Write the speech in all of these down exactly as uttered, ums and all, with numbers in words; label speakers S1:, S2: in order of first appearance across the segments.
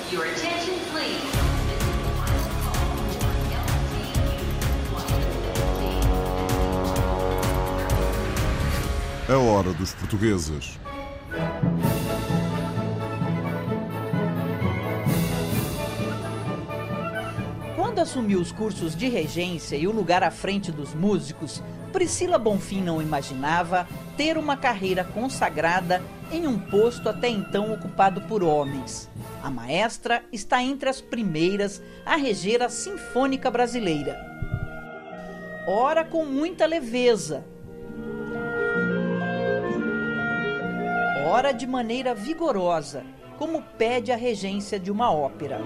S1: Your attention, please.
S2: A hora dos portugueses.
S3: Quando assumiu os cursos de regência e o lugar à frente dos músicos, Priscila Bonfim não imaginava ter uma carreira consagrada em um posto até então ocupado por homens. A maestra está entre as primeiras a reger a Sinfônica Brasileira. Ora com muita leveza, ora de maneira vigorosa, como pede a regência de uma ópera.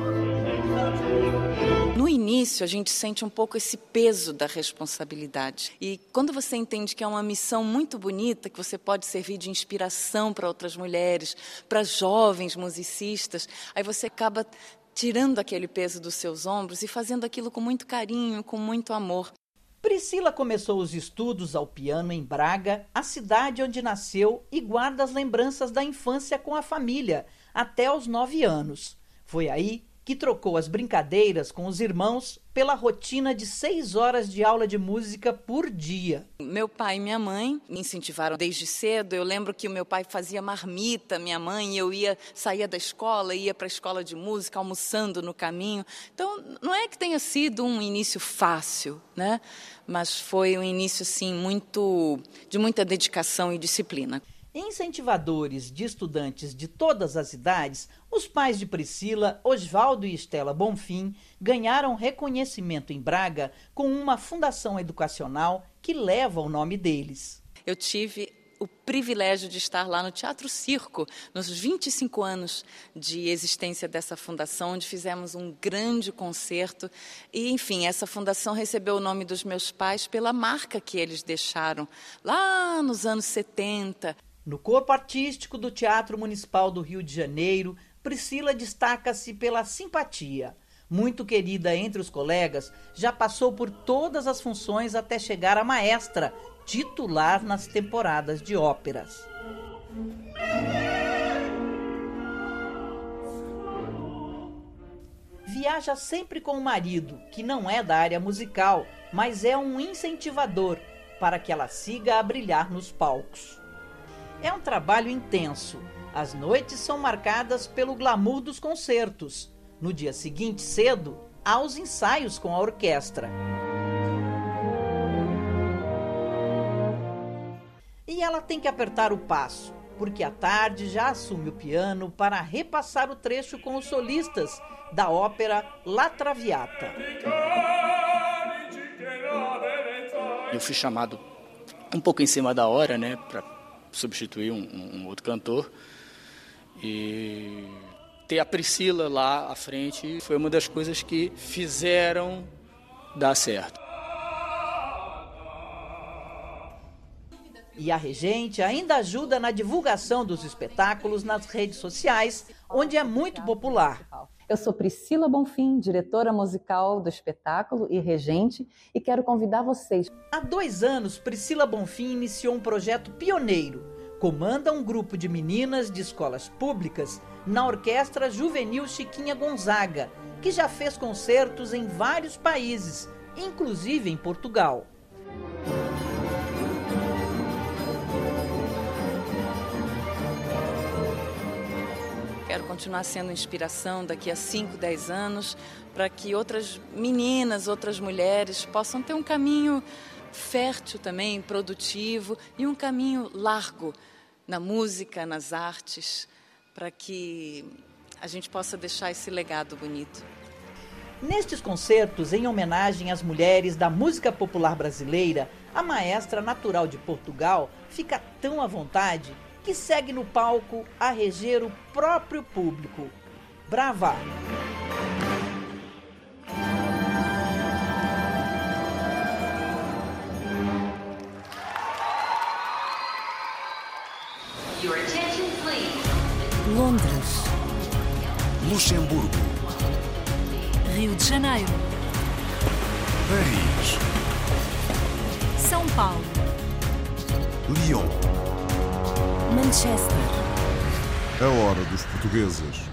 S4: No início, a gente sente um pouco esse peso da responsabilidade. E quando você entende que é uma missão muito bonita, que você pode servir de inspiração para outras mulheres, para jovens musicistas, aí você acaba tirando aquele peso dos seus ombros e fazendo aquilo com muito carinho, com muito amor.
S3: Priscila começou os estudos ao piano em Braga, a cidade onde nasceu, e guarda as lembranças da infância com a família, até aos nove anos. Foi aí que trocou as brincadeiras com os irmãos pela rotina de seis horas de aula de música por dia.
S4: Meu pai e minha mãe me incentivaram desde cedo. Eu lembro que o meu pai fazia marmita, minha mãe, e eu ia, saía da escola, ia para a escola de música, almoçando no caminho. Então, não é que tenha sido um início fácil, né? Mas foi um início, assim, muito, de muita dedicação e disciplina.
S3: Incentivadores de estudantes de todas as idades, os pais de Priscila, Osvaldo e Estela Bonfim, ganharam reconhecimento em Braga com uma fundação educacional que leva o nome deles.
S4: Eu tive o privilégio de estar lá no Teatro Circo, nos vinte e cinco anos de existência dessa fundação, onde fizemos um grande concerto. E, enfim, essa fundação recebeu o nome dos meus pais pela marca que eles deixaram lá nos anos setenta.
S3: No corpo artístico do Teatro Municipal do Rio de Janeiro, Priscila destaca-se pela simpatia. Muito querida entre os colegas, já passou por todas as funções até chegar a maestra, titular nas temporadas de óperas. Viaja sempre com o marido, que não é da área musical, mas é um incentivador para que ela siga a brilhar nos palcos. É um trabalho intenso. As noites são marcadas pelo glamour dos concertos. No dia seguinte, cedo, há os ensaios com a orquestra. E ela tem que apertar o passo, porque à tarde já assume o piano para repassar o trecho com os solistas da ópera La Traviata.
S5: Eu fui chamado um pouco em cima da hora, né, para substituir um, um outro cantor, e ter a Priscila lá à frente foi uma das coisas que fizeram dar certo.
S3: E a regente ainda ajuda na divulgação dos espetáculos nas redes sociais, onde é muito popular.
S6: Eu sou Priscila Bonfim, diretora musical do espetáculo e regente, e quero convidar vocês.
S3: Há dois anos, Priscila Bonfim iniciou um projeto pioneiro. Comanda um grupo de meninas de escolas públicas na Orquestra Juvenil Chiquinha Gonzaga, que já fez concertos em vários países, inclusive em Portugal.
S4: Quero continuar sendo inspiração daqui a cinco, dez anos, para que outras meninas, outras mulheres possam ter um caminho fértil também, produtivo, e um caminho largo na música, nas artes, para que a gente possa deixar esse legado bonito.
S3: Nestes concertos, em homenagem às mulheres da música popular brasileira, a maestra natural de Portugal fica tão à vontade que segue no palco a reger o próprio público. Brava!
S1: Your attention, please.
S7: Londres,
S2: Luxemburgo,
S7: Rio de Janeiro,
S2: Paris,
S7: São Paulo,
S2: Lyon.
S7: Manchester.
S2: A hora dos portugueses.